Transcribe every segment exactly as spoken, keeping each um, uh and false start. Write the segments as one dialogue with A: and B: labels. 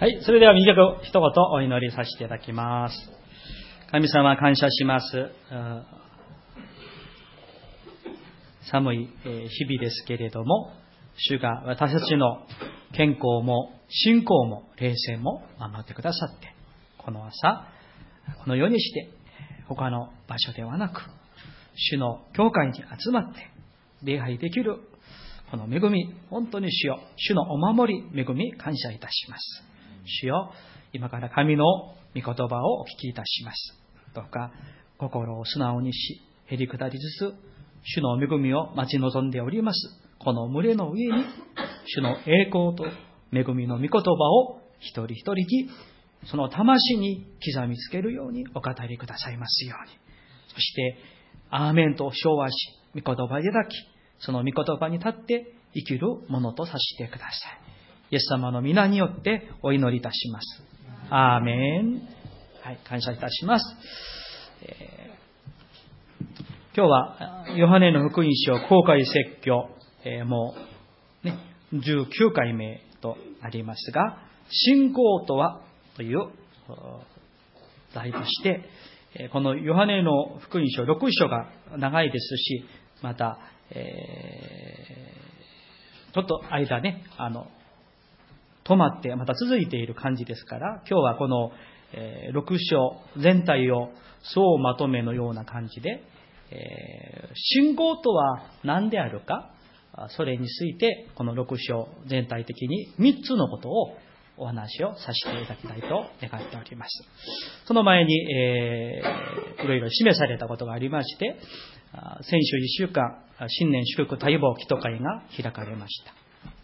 A: はい、それでは短く一言お祈りさせていただきます。神様感謝します。寒い日々ですけれども、主が私たちの健康も信仰も霊性も守ってくださって、この朝このようにして他の場所ではなく主の教会に集まって礼拝できるこの恵み、本当に主よ、主のお守り恵み感謝いたします。主よ、今から神の御言葉をお聞きいたします。どうか心を素直にし、へりくだりつつ主の恵みを待ち望んでおります。この群れの上に主の栄光と恵みの御言葉を一人一人にその魂に刻みつけるようにお語りくださいますように。そしてアーメンと称和し、御言葉いただき、その御言葉に立って生きるものとさせてください。イエス様の皆によってお祈りいたします。アーメン。はい、感謝いたします。えー、今日はヨハネの福音書公開説教、えー、もう、ね、じゅうきゅうかいめとなりますが、信仰とはという題として、このヨハネの福音書ろく章が長いですし、また、えー、ちょっと間ね、あの止まってまた続いている感じですから、今日はこのろく章全体を総まとめのような感じで、えー、信仰とは何であるか、それについてこのろく章全体的にみっつのことをお話をさせていただきたいと願っております。その前に、えー、いろいろ示されたことがありまして、先週いっしゅうかん新年祝福待望祈祷会が開かれました。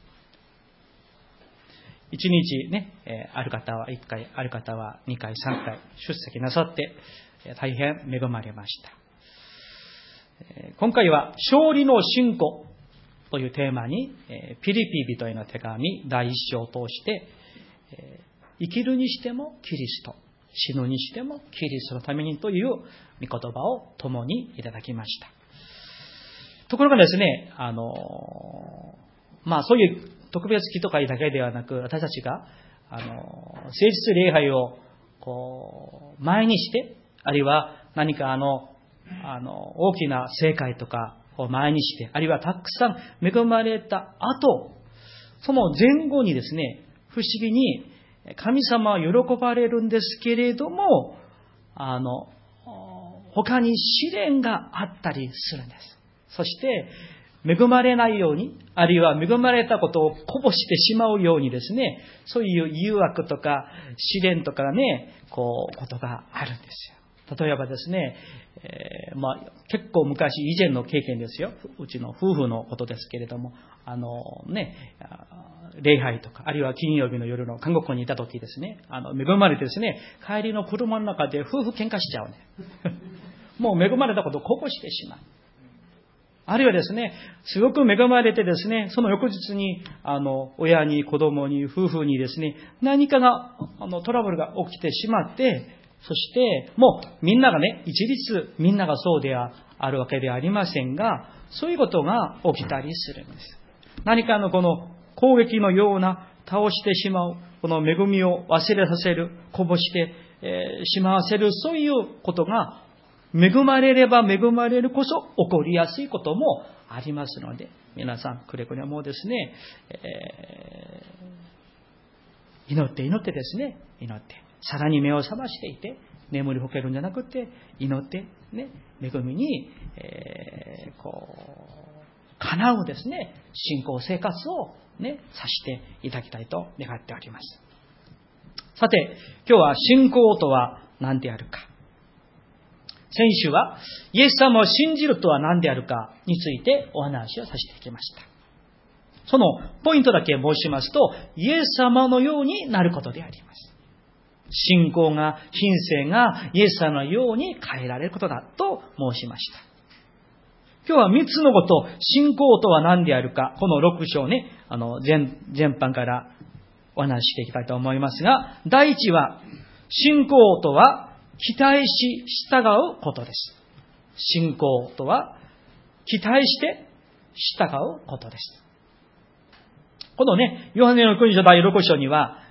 A: いちにちね、ある方はいっかい、ある方はにかい、さんかい出席なさって大変恵まれました。今回は勝利の信仰というテーマにピリピ人への手紙だいいっ章を通して生きるにしてもキリスト、死ぬにしてもキリストのためにという御言葉を共にいただきました。ところがですね、あのまあそういう特別祈祷会だけではなく、私たちがあの誠実礼拝をこう前にして、あるいは何かあのあの大きな正解とかを前にして、あるいはたくさん恵まれた後、その前後にですね、不思議に神様は喜ばれるんですけれども、あの他に試練があったりするんです。そして恵まれないように、あるいは恵まれたことをこぼしてしまうようにですね、そういう誘惑とか試練とかね、こうことがあるんですよ。例えばですね、えー、まあ結構昔以前の経験ですよ。うちの夫婦のことですけれども、あのね、礼拝とか、あるいは金曜日の夜の韓国にいた時ですね、あの恵まれてですね、帰りの車の中で夫婦喧嘩しちゃうね。もう恵まれたことをこぼしてしまう。あるいはですね、すごく恵まれてですね、その翌日に、あの、親に子供に夫婦にですね、何かが、あの、トラブルが起きてしまって、そして、もうみんながね、一律みんながそうであるわけではありませんが、そういうことが起きたりするんです。何かのこの攻撃のような倒してしまう、この恵みを忘れさせる、こぼして、えー、しまわせる、そういうことが恵まれれば恵まれるこそ起こりやすいこともありますので、皆さんくれぐれもですね、えー、祈って祈ってですね、祈ってさらに目を覚ましていて、眠りほけるんじゃなくて祈ってね、恵みに、えー、こう叶うですね信仰生活をねさせていただきたいと願っております。さて、今日は信仰とは何であるか。先週はイエス様を信じるとは何であるかについてお話をさせてきました。そのポイントだけ申しますと、イエス様のようになることであります。信仰が、品性がイエス様のように変えられることだと申しました。今日はみっつのこと、信仰とは何であるか、このろく章ね、あの全、全般からお話ししていきたいと思いますが、第一は、信仰とは期待し従うことです。信仰とは期待して従うことです。このね、ヨハネの福音書だいろく章には、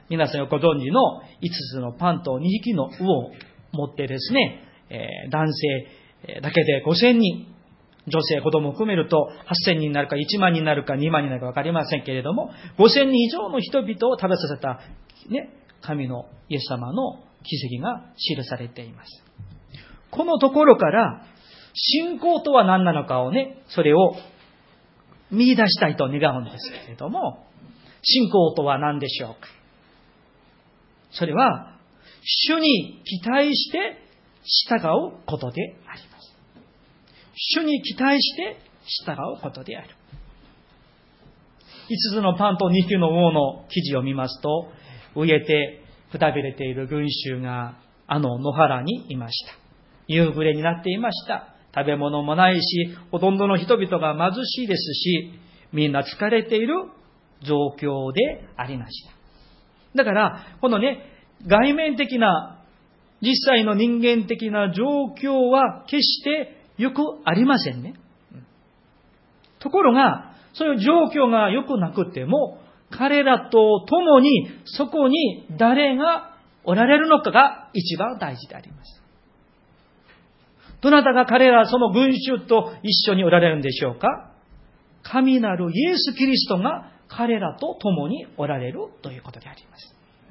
A: 皆さんよくご存知のいつつのパンとにひきの魚を持ってですね、えー、男性だけでごせんにん、女性、子供を含めるとはっせんにんになるかいちまんにんになるかにまんにんになるかわかりませんけれども、ごせんにん以上の人々を食べさせた、ね、神のイエス様の奇跡が記されています。このところから信仰とは何なのかをね、それを見出したいと願うんですけれども、信仰とは何でしょうか。それは主に期待して従うことであります。主に期待して従うことである。いつつのパンとにひきの魚の記事を見ますと、飢えてくたびれている群衆があの野原にいました。夕暮れになっていました。食べ物もないし、ほとんどの人々が貧しいですし、みんな疲れている状況でありました。だから、このね、外面的な、実際の人間的な状況は決してよくありませんね。ところが、そういう状況が良くなくても、彼らと共にそこに誰がおられるのかが一番大事であります。どなたが彼ら、その群衆と一緒におられるんでしょうか。神なるイエス・キリストが彼らと共におられるということであります。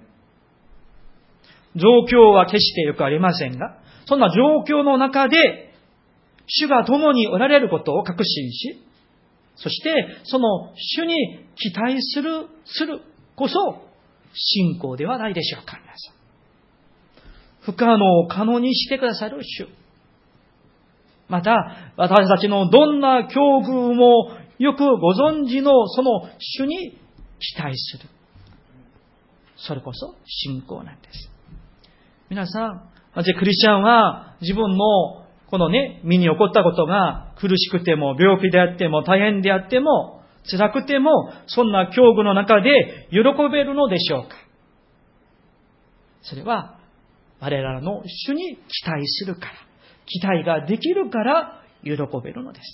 A: 状況は決してよくありませんが、そんな状況の中で主が共におられることを確信し、そしてその主に期待する、するこそ信仰ではないでしょうか。皆さん、不可能を可能にしてくださる主。また、私たちのどんな境遇もよくご存知のその主に期待する。それこそ信仰なんです。皆さん、なぜクリスチャンは自分のこのね、身に起こったことが苦しくても、病気であっても、大変であっても、辛くても、そんな境遇の中で喜べるのでしょうか。それは、我らの主に期待するから、期待ができるから喜べるのです。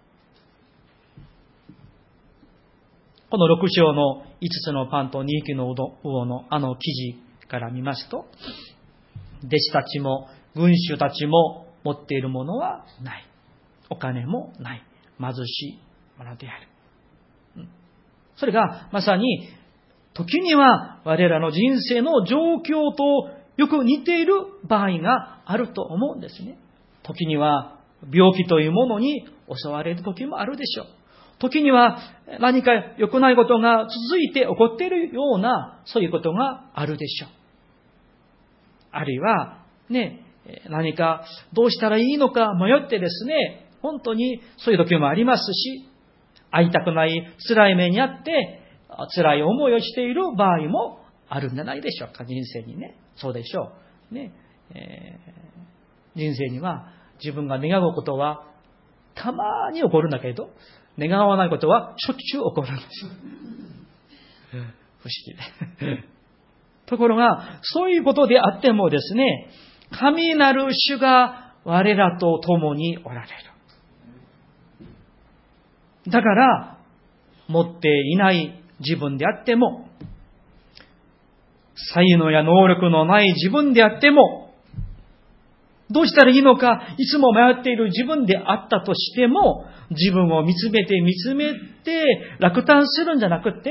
A: このろく章のいつつのパンとにひきの魚のあの記事から見ますと、弟子たちも群衆たちも持っているものはない。お金もない。貧しいものである。それがまさに時には我らの人生の状況とよく似ている場合があると思うんですね。時には病気というものに襲われる時もあるでしょう。時には何か良くないことが続いて起こっているようなそういうことがあるでしょう。あるいはね、何かどうしたらいいのか迷ってですね、本当にそういう時もありますし、会いたくない辛い目にあって辛い思いをしている場合もあるんじゃないでしょうか。人生にね、そうでしょうね、えー、人生には自分が願うことはたまに起こるんだけど、願わないことはしょっちゅう起こるんです。不思議でところがそういうことであってもですね、神なる主が我らと共におられる。だから持っていない自分であっても、才能や能力のない自分であっても、どうしたらいいのかいつも迷っている自分であったとしても、自分を見つめて見つめて落胆するんじゃなくって、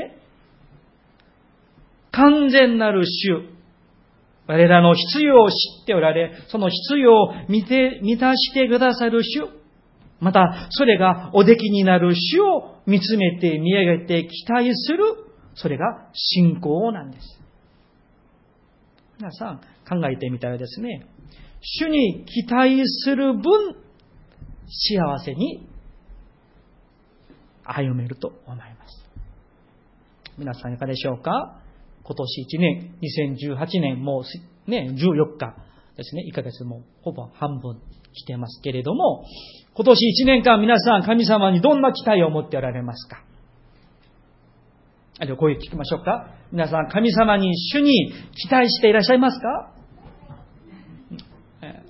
A: 完全なる主、我らの必要を知っておられ、その必要を満て、満たしてくださる主、またそれがおできになる主を見つめて見上げて期待する、それが信仰なんです。皆さん考えてみたらですね、主に期待する分幸せに歩めると思います。皆さんいかがでしょうか。今年いちねん、にせんじゅうはちねん、もうね、じゅうよっかですね、いっかげつもほぼ半分来てますけれども、今年いちねんかん皆さん神様にどんな期待を持っておられますか。あ、ではこういう聞きましょうか。皆さん神様に主に期待していらっしゃいますか。え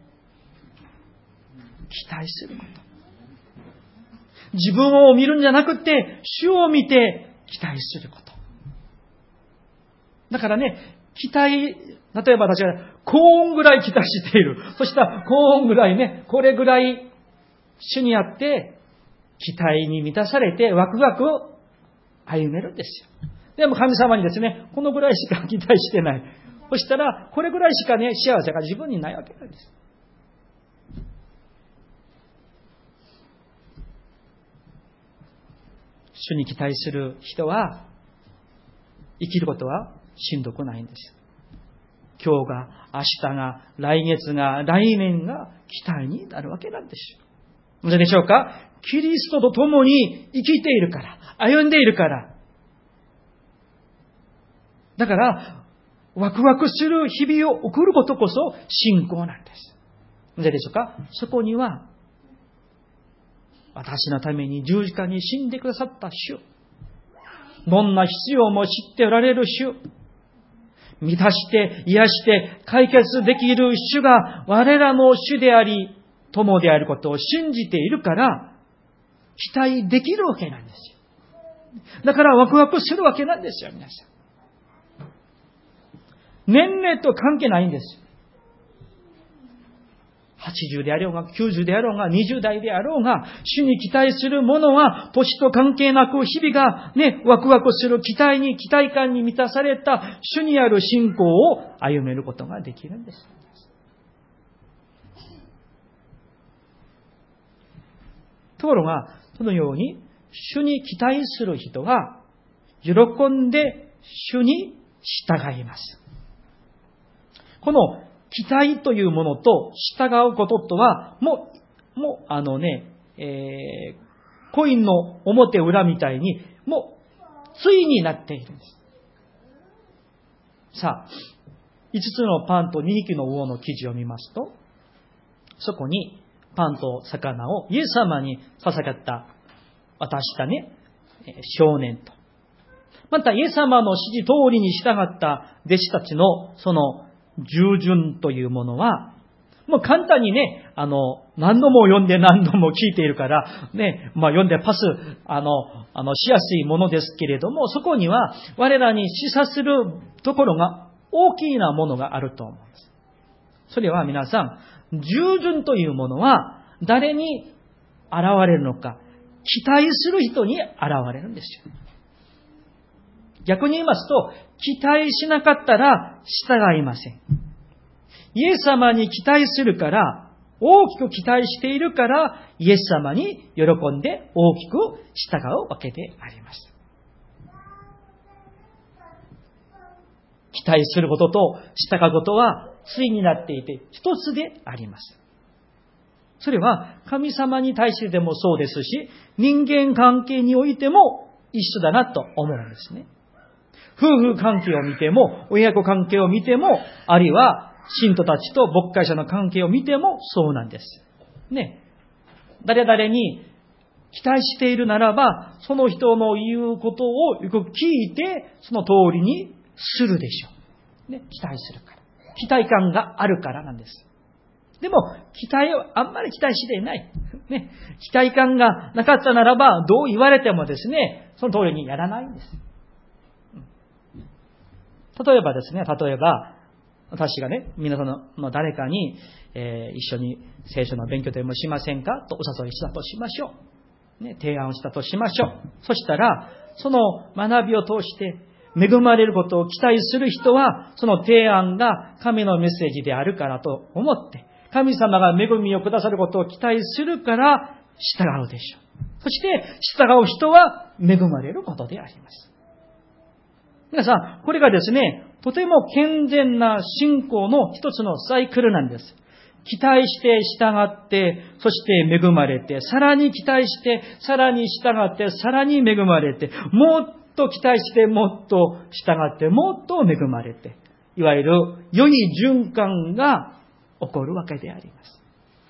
A: ー、期待すること。自分を見るんじゃなくて主を見て期待すること。 だからね、期待、例えば私は高音ぐらい期待している。そしたら高音ぐらいね、これぐらい主にあって、期待に満たされてワクワクを歩めるんですよ。でも神様にですね、このぐらいしか期待してない。そしたら、これぐらいしかね、幸せが自分にないわけなんです。主に期待する人は、生きることはしんどくないんです。今日が、明日が、来月が、来年が期待になるわけなんですよ。なぜでしょうか？キリストと共に生きているから、歩んでいるから。だから、ワクワクする日々を送ることこそ信仰なんです。なぜでしょうか？そこには、私のために十字架に死んでくださった主、どんな必要も知っておられる主、満たして癒して解決できる主が我らの主であり、友であることを信じているから、期待できるわけなんですよ。だからワクワクするわけなんですよ、皆さん。年齢と関係ないんですよ。はちじゅうであろうが、きゅうじゅうであろうが、にじゅう代であろうが、主に期待するものは、年と関係なく、日々がね、ワクワクする期待に、期待感に満たされた、主にある信仰を歩めることができるんです。ところが、そのように、主に期待する人は、喜んで主に従います。この期待というものと従うこととは、もう、もう、あのね、えー、コインの表裏みたいに、もう、対になっているんです。さあ、いつつのパンとにひきの魚の記事を見ますと、そこにパンと魚をイエス様に捧げた、渡したね、少年と。また、イエス様の指示通りに従った弟子たちのその従順というものは、もう簡単にね、あの、何度も読んで何度も聞いているから、ね、まあ読んでパス、あの、あの、しやすいものですけれども、そこには我らに示唆するところが大きなものがあると思うんです。それは皆さん、従順というものは誰に現れるのか、期待する人に現れるんですよ。逆に言いますと、期待しなかったら従いません。イエス様に期待するから、大きく期待しているから、イエス様に喜んで大きく従うわけであります。期待することと従うことは対になっていて一つであります。それは神様に対してでもそうですし、人間関係においても一緒だなと思うんですね。夫婦関係を見ても、親子関係を見ても、あるいは信徒たちと牧会者の関係を見てもそうなんです。ね。誰々に期待しているならば、その人の言うことをよく聞いて、その通りにするでしょう。ね。期待するから。期待感があるからなんです。でも、期待をあんまり期待していない。ね。期待感がなかったならば、どう言われてもですね、その通りにやらないんです。例えばですね、例えば、私がね、皆さんの誰かに、えー、一緒に聖書の勉強でもしませんかとお誘いしたとしましょう。ね、提案をしたとしましょう。そしたら、その学びを通して恵まれることを期待する人は、その提案が神のメッセージであるからと思って、神様が恵みをくださることを期待するから従うでしょう。そして従う人は恵まれることであります。皆さん、これがですね、とても健全な信仰の一つのサイクルなんです。期待して従って、そして恵まれて、さらに期待して、さらに従って、さらに恵まれて、もっと期待して、もっと従って、もっと恵まれて、いわゆる良い循環が起こるわけであります。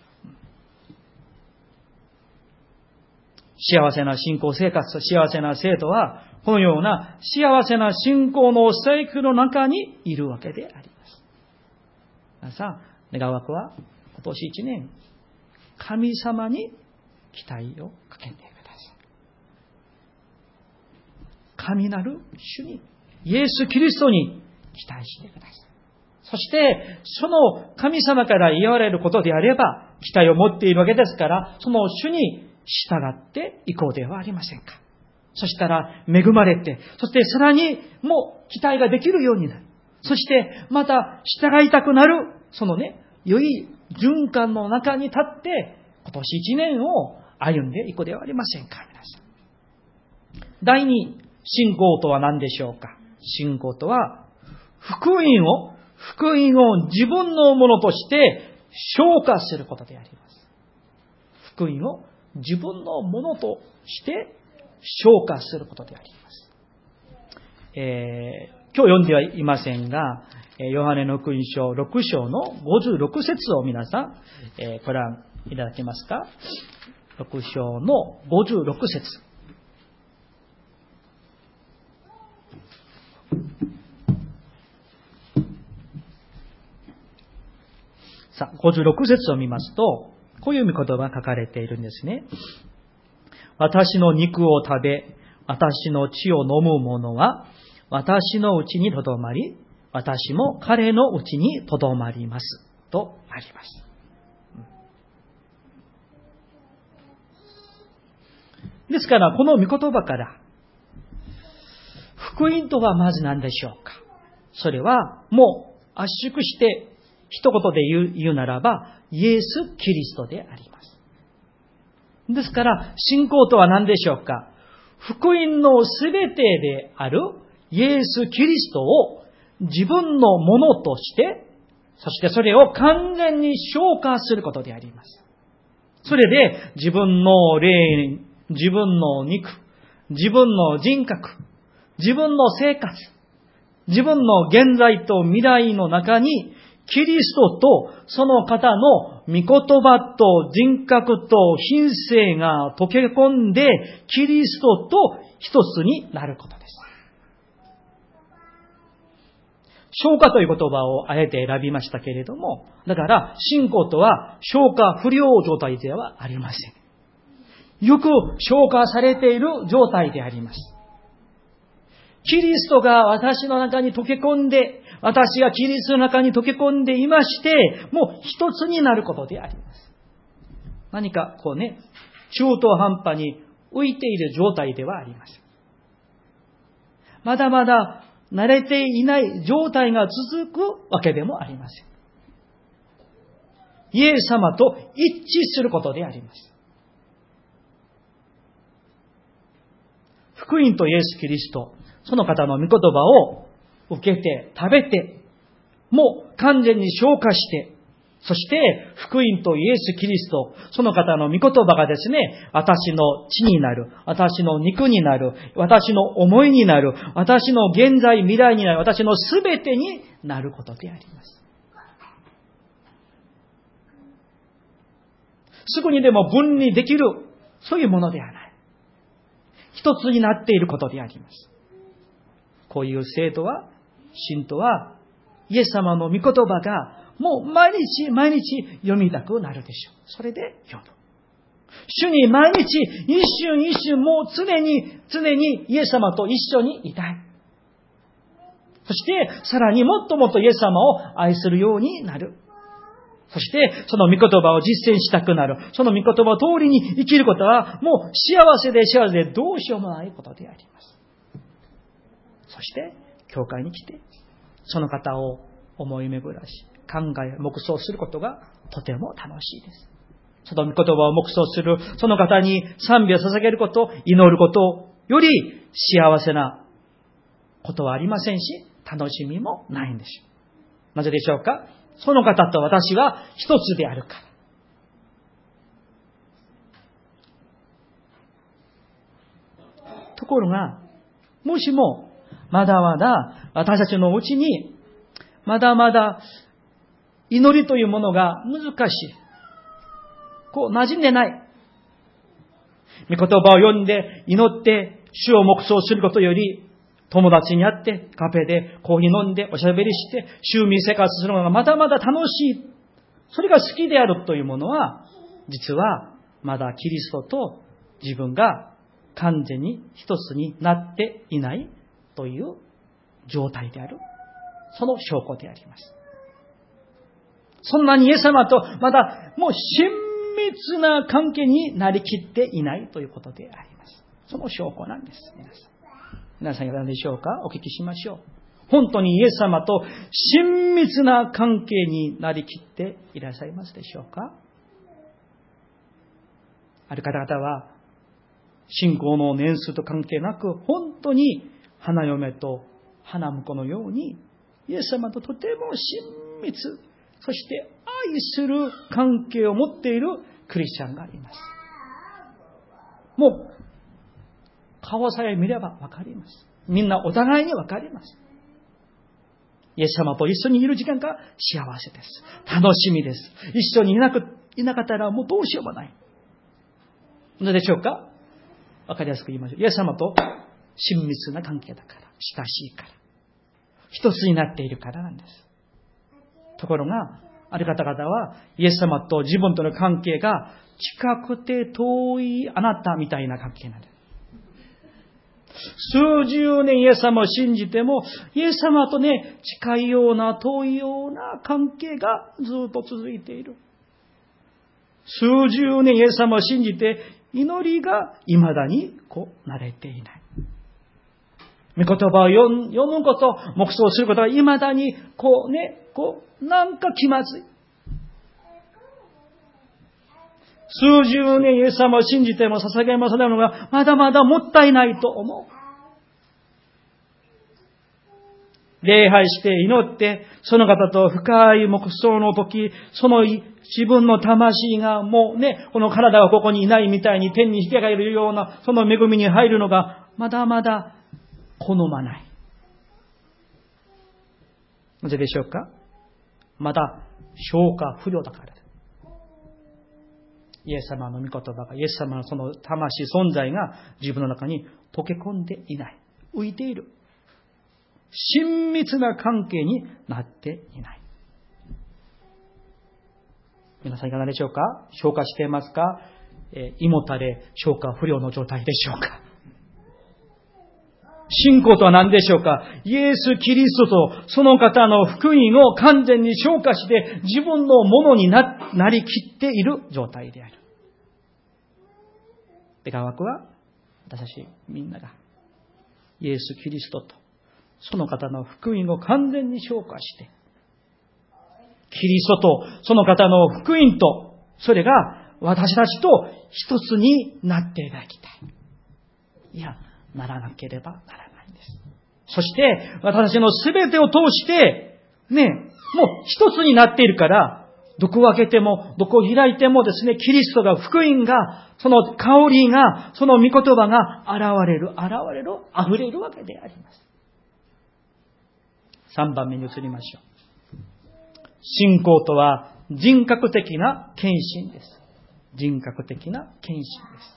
A: 幸せな信仰生活、幸せな生徒は、このような幸せな信仰のサイクルの中にいるわけであります。皆さん、願わくは今年一年、神様に期待をかけてください。神なる主に、イエス・キリストに期待してください。そして、その神様から言われることであれば、期待を持っているわけですから、その主に従っていこうではありませんか。そしたら、恵まれて、そしてさらにもう期待ができるようになる。そして、また従いたくなる、そのね、良い循環の中に立って、今年一年を歩んでいこうではありませんか、皆さん。第二、信仰とは何でしょうか。信仰とは、福音を、福音を自分のものとして消化することであります。福音を自分のものとして消化することであります。えー、今日読んではいませんが、ヨハネの福音書ろく章のごじゅうろく節を皆さん、えー、ご覧いただけますか。ろく章のごじゅうろく節。さあ、ごじゅうろく節を見ますと、こういう見言葉が書かれているんですね。私の肉を食べ、私の血を飲む者は、私のうちにとどまり、私も彼のうちにとどまります。とあります。ですから、この御言葉から、福音とはまず何でしょうか。それは、もう圧縮して、一言で言う、言うならば、イエス・キリストであります。ですから、信仰とは何でしょうか。福音のすべてであるイエス・キリストを自分のものとして、そしてそれを完全に消化することであります。それで自分の霊、自分の肉、自分の人格、自分の生活、自分の現在と未来の中にキリストとその方の御言葉と人格と品性が溶け込んで、キリストと一つになることです。消化という言葉をあえて選びましたけれども、だから信仰とは消化不良状態ではありません。よく消化されている状態であります。キリストが私の中に溶け込んで、私がキリストの中に溶け込んでいまして、もう一つになることであります。何かこうね、中途半端に浮いている状態ではありません。まだまだ慣れていない状態が続くわけでもありません。イエス様と一致することであります。福音とイエス・キリスト、その方の御言葉を受けて、食べて、もう完全に消化して、そして福音とイエス・キリスト、その方の御言葉がですね、私の血になる、私の肉になる、私の思いになる、私の現在未来になる、私のすべてになることであります。すぐにでも分離できる、そういうものではない。一つになっていることであります。こういう生徒は、信徒は、イエス様の御言葉が、もう毎日毎日読みたくなるでしょう。それで読む。主に毎日、一瞬一瞬、もう常に、常にイエス様と一緒にいたい。そして、さらにもっともっとイエス様を愛するようになる。そして、その御言葉を実践したくなる。その御言葉通りに生きることは、もう幸せで幸せでどうしようもないことであります。そして、教会に来て、その方を思い巡らし、考え、黙想することがとても楽しいです。その御言葉を黙想する、その方に賛美を捧げること、祈ることより幸せなことはありませんし、楽しみもないんですよ。なぜでしょうか？その方と私は一つであるから。ところが、もしも、まだまだ私たちのうちに、まだまだ祈りというものが難しい。こう、馴染んでない。御言葉を読んで、祈って、主を黙想することより、友達に会って、カフェでコーヒー飲んで、おしゃべりして、週民生活するのがまだまだ楽しい。それが好きであるというものは、実は、まだキリストと自分が完全に一つになっていないという状態である。 その証拠であります。そんなにイエス様とまだもう親密な関係になりきっていないということであります。その証拠なんです。皆さん。皆さんいかがでしょうか？お聞きしましょう。本当にイエス様と親密な関係になりきっていらっしゃいますでしょうか？ある方々は信仰の年数と関係なく、本当に花嫁と花婿のようにイエス様ととても親密、そして愛する関係を持っているクリスチャンがいます。もう顔さえ見ればわかります。みんなお互いにわかります。イエス様と一緒にいる時間が幸せです。楽しみです。一緒にいなく、いなかったらもうどうしようもない。なぜでしょうか？わかりやすく言いましょう。イエス様と親密な関係だから、親しいから、一つになっているからなんです。ところが、ある方々はイエス様と自分との関係が近くて遠いあなたみたいな関係なんです。数十年イエス様を信じても、イエス様とね、近いような遠いような関係がずっと続いている。数十年イエス様を信じて、祈りが未だにこう慣れていない。御言葉を読むこと、黙想することが未だにこうね、こうなんか気まずい。数十年イエス様を信じても捧げますのがまだまだもったいないと思う。礼拝して祈って、その方と深い黙想の時、その自分の魂がもうね、この体がここにいないみたいに天に引き上げるような、その恵みに入るのがまだまだ好まない。なぜでしょうか？まだ消化不良だからです。イエス様の御言葉が、イエス様のその魂存在が自分の中に溶け込んでいない。浮いている。親密な関係になっていない。皆さんいかがでしょうか？消化していますか？えー、胃もたれ、消化不良の状態でしょうか？信仰とは何でしょうか？イエス・キリストとその方の福音を完全に消化して自分のものに な, なりきっている状態である。願わくは私たちみんながイエス・キリストとその方の福音を完全に消化して、キリストとその方の福音とそれが私たちと一つになっていただきたい。いや、ならなければならないんです。そして私たちのすべてを通してね、もう一つになっているから、どこを開けてもどこを開いてもですね、キリストが、福音が、その香りが、その御言葉が現れる現れる溢れるわけであります。さんばんめに移りましょう。信仰とは人格的な献身です。人格的な献身です。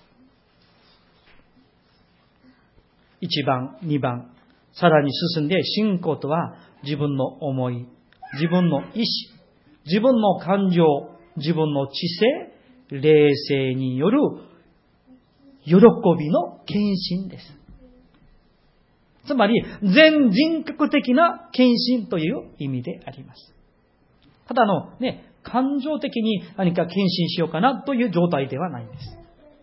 A: いちばん、にばん、さらに進んで、信仰とは自分の思い、自分の意志、自分の感情、自分の知性、霊性による喜びの献身です。つまり、全人格的な献身という意味であります。ただのね、感情的に何か献身しようかなという状態ではないんです。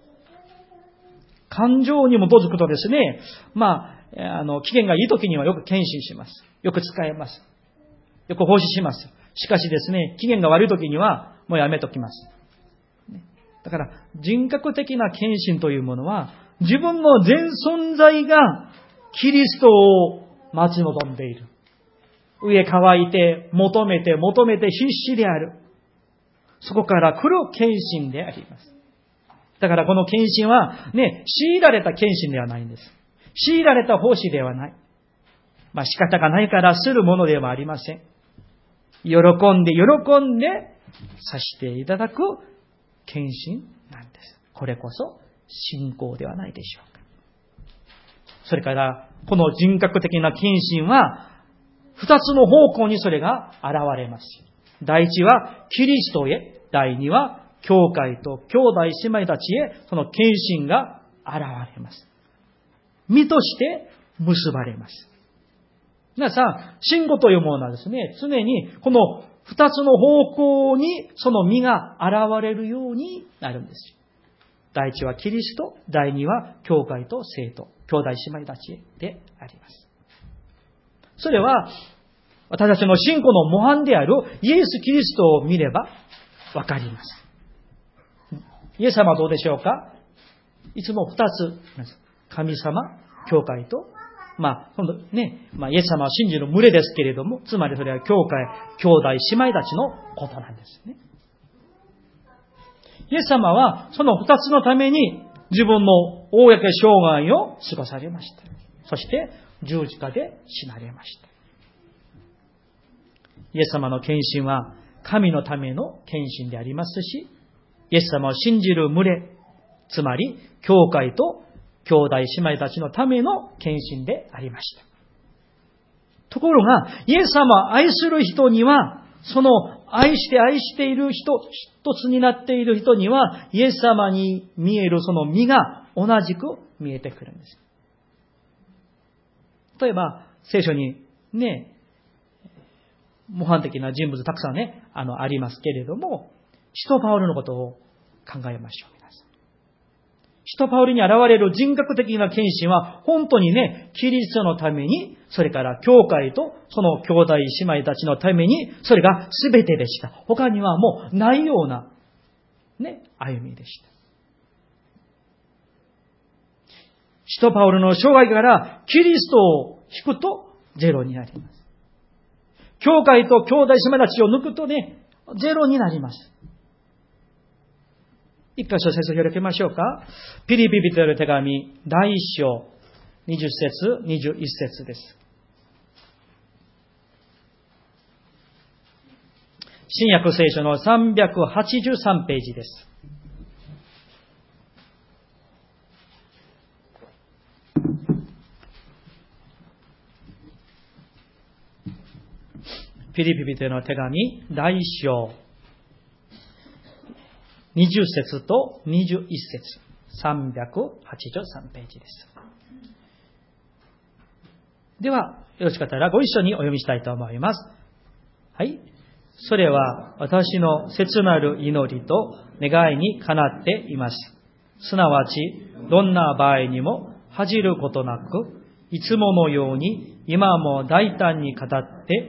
A: 感情に基づくとですね、まあ、あの、機嫌がいい時にはよく献身します。よく使えます。よく奉仕します。しかしですね、機嫌が悪い時にはもうやめときます。だから、人格的な献身というものは、自分の全存在がキリストを待ち望んでいる。上乾いて、求めて、求めて必死である。そこから来る献身であります。だからこの献身はね、強いられた献身ではないんです。強いられた奉仕ではない。まあ仕方がないからするものではありません。喜んで喜んでさせていただく献身なんです。これこそ信仰ではないでしょうか。それからこの人格的な献身は二つの方向にそれが現れます。第一はキリストへ、第二は教会と兄弟姉妹たちへその献身が現れます。身として結ばれます。 皆さん、信仰というものはですね、常にこの二つの方向にその実が現れるようになるんですよ。第一はキリスト、第二は教会と聖徒、兄弟姉妹たちであります。それは、私たちの信仰の模範であるイエス・キリストを見ればわかります。イエス様はどうでしょうか？いつも二つ、神様、教会と、まあ、今度ね、まあ、イエス様を信じる群れですけれども、つまりそれは教会、兄弟姉妹たちのことなんですね。イエス様はその二つのために自分の公生涯を過ごされました。そして十字架で死なれました。イエス様の献身は神のための献身でありますし、イエス様を信じる群れ、つまり教会と兄弟姉妹たちのための献身でありました。ところが、イエス様を愛する人には、その愛して愛している人、一つになっている人には、イエス様に見えるその実が同じく見えてくるんです。例えば、聖書にね、模範的な人物たくさんね、あの、ありますけれども、使徒パウロのことを考えましょう。皆さん。使徒パウロに現れる人格的な献身は、本当にね、キリストのために、それから教会とその兄弟姉妹たちのために、それが全てでした。他にはもうないような、ね、歩みでした。使徒パウロの生涯からキリストを引くとゼロになります。教会と兄弟姉妹たちを抜くとね、ゼロになります。一箇所聖書を開けましょうか。ピリピ人への手紙、第一章、二十節、二十一節です。新約聖書のさんびゃくはちじゅうさんページです。ピリピ人への手紙、第一章、にじゅう節とにじゅういち節、さんびゃくはちじゅうさんページです。では、よろしかったらご一緒にお読みしたいと思います。はい。それは私の切なる祈りと願いにかなっています。すなわち、どんな場合にも恥じることなく、いつものように今も大胆に語って、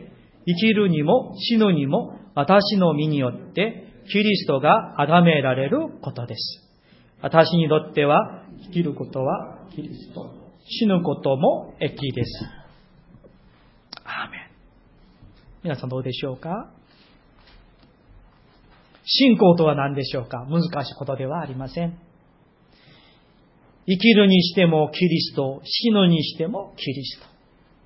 A: 生きるにも死ぬにも私の身によってキリストが崇められることです。私にとっては生きることはキリスト、死ぬことも益です。アーメン。皆さんどうでしょうか？信仰とは何でしょうか？難しいことではありません。生きるにしてもキリスト、死ぬにしてもキリスト。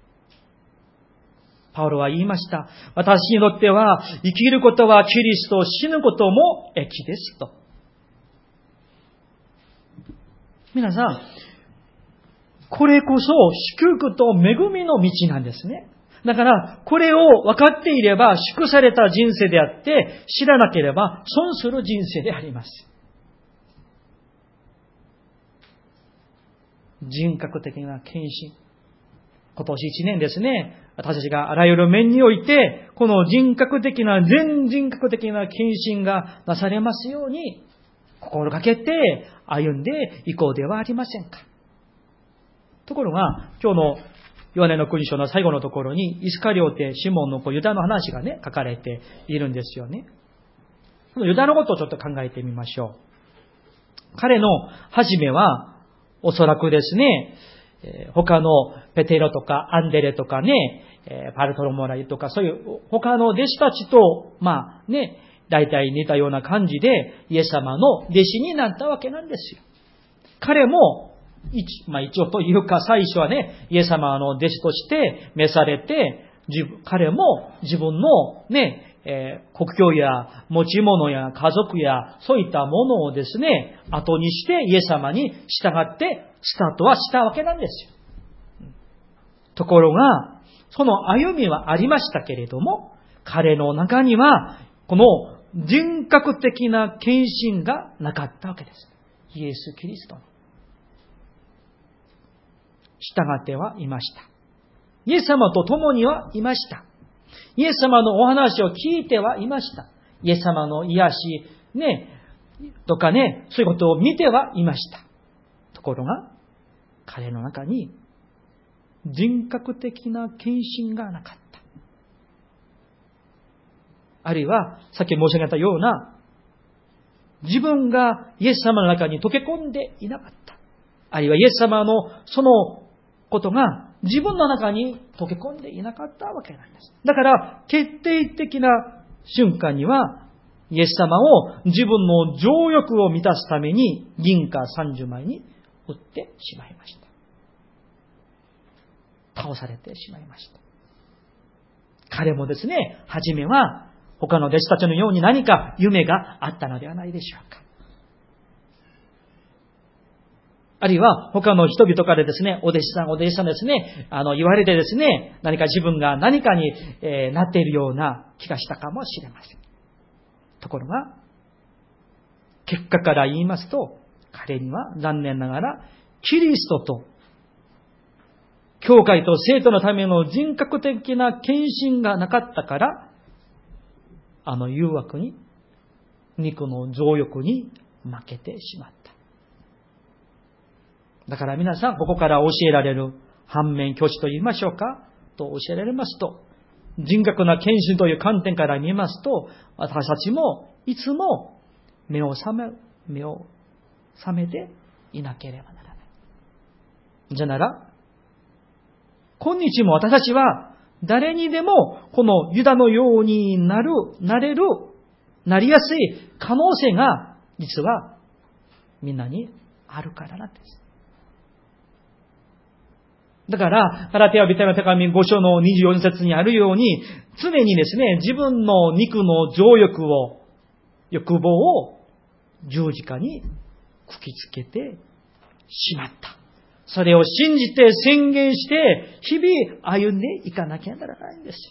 A: パウロは言いました。私にとっては生きることはキリスト、死ぬことも益ですと。皆さん、これこそ祝福と恵みの道なんですね。だから、これを分かっていれば祝された人生であって、知らなければ損する人生であります。人格的な献身。今年一年ですね、私たちがあらゆる面において、この人格的な、全人格的な献身がなされますように、心がけて歩んでいこうではありませんか。ところが、今日のヨハネの福音書の最後のところに、イスカリオテ、シモンのこうユダの話がね、書かれているんですよね。そのユダのことをちょっと考えてみましょう。彼の初めは、おそらくですね、他のペテロとかアンデレとかね、パルトロモライとかそういう他の弟子たちと、まあね、大体似たような感じでイエス様の弟子になったわけなんですよ。彼も、一、まあ一応というか最初はね、イエス様の弟子として召されて、彼も自分のね、えー、国境や持ち物や家族やそういったものをですね、後にしてイエス様に従ってスタートはしたわけなんですよ。ところが、その歩みはありましたけれども、彼の中にはこの人格的な献身がなかったわけです。イエス・キリストに従ってはいました。 イエス様と共にはいました。イエス様のお話を聞いてはいました。イエス様の癒し、ね、とかね、そういうことを見てはいました。ところが、彼の中に人格的な献身がなかった。あるいは、さっき申し上げたような、自分がイエス様の中に溶け込んでいなかった。あるいはイエス様のそのことが自分の中に溶け込んでいなかったわけなんです。だから、決定的な瞬間には、イエス様を自分の情欲を満たすために銀貨さんじゅうまいに売ってしまいました。倒されてしまいました。彼もですね、はじめは他の弟子たちのように何か夢があったのではないでしょうか。あるいは他の人々からですね、お弟子さん、お弟子さんですね、あの、言われてですね、何か自分が何かに、えー、なっているような気がしたかもしれません。ところが、結果から言いますと、彼には残念ながら、キリストと、教会と生徒のための人格的な献身がなかったから、あの誘惑に、肉の情欲に負けてしまった。だから皆さん、ここから教えられる反面教師と言いましょうか、と教えられますと、人格な献身という観点から見ますと、私たちもいつも目を覚め、目を覚めていなければならない。じゃなら、今日も私たちは誰にでもこのユダのようになる、なれる、なりやすい可能性が実はみんなにあるからなんです。だから、ガラテヤ人への手紙ご章のにじゅうよん節にあるように、常にですね、自分の肉の情欲を、欲望を十字架に吹きつけてしまった。それを信じて宣言して、日々歩んでいかなきゃならないんですよ。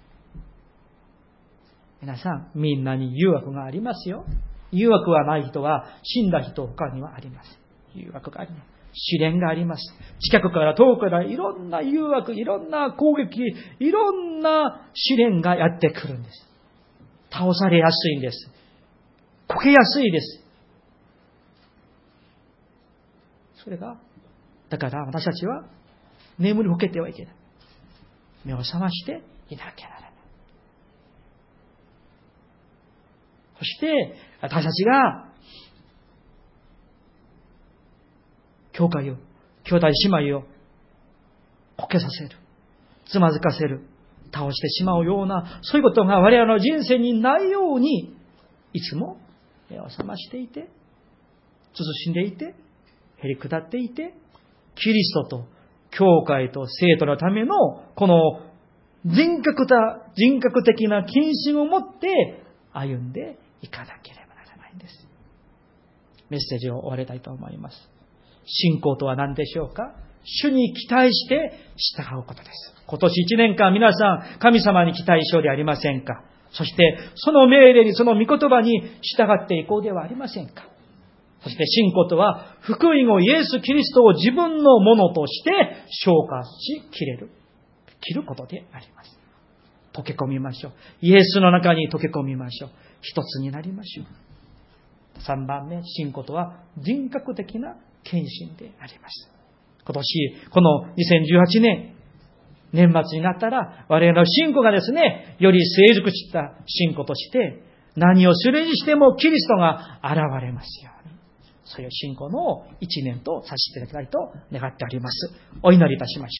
A: 皆さん、みんなに誘惑がありますよ。誘惑はない人は、死んだ人他にはあります。誘惑があります。試練があります。近くから遠くからいろんな誘惑、いろんな攻撃、いろんな試練がやってくるんです。倒されやすいんです。こけやすいです。それが、だから私たちは眠りこけてはいけない。目を覚ましていなきゃならない。そして、私たちが教会を、兄弟姉妹をこけさせる、つまずかせる、倒してしまうような、そういうことが我々の人生にないように、いつも目を覚ましていて、慎んでいて、へり下っていて、キリストと教会と生徒のためのこの人格た、人格的な献身を持って歩んでいかなければならないんです。メッセージを終わりたいと思います。信仰とは何でしょうか？主に期待して従うことです。今年一年間皆さん神様に期待しようではありませんか？そしてその命令にその御言葉に従っていこうではありませんか？そして信仰とは福音をイエス・キリストを自分のものとして消化し切れる、切ることであります。溶け込みましょう。イエスの中に溶け込みましょう。一つになりましょう。三番目、信仰とは人格的な献身であります。今年、このにせんじゅうはちねん、年末になったら、我々の信仰がですね、より成熟した信仰として、何をするにしてもキリストが現れますように。そういう信仰の一年とさせていただきたいと願っております。お祈りいたしましょう。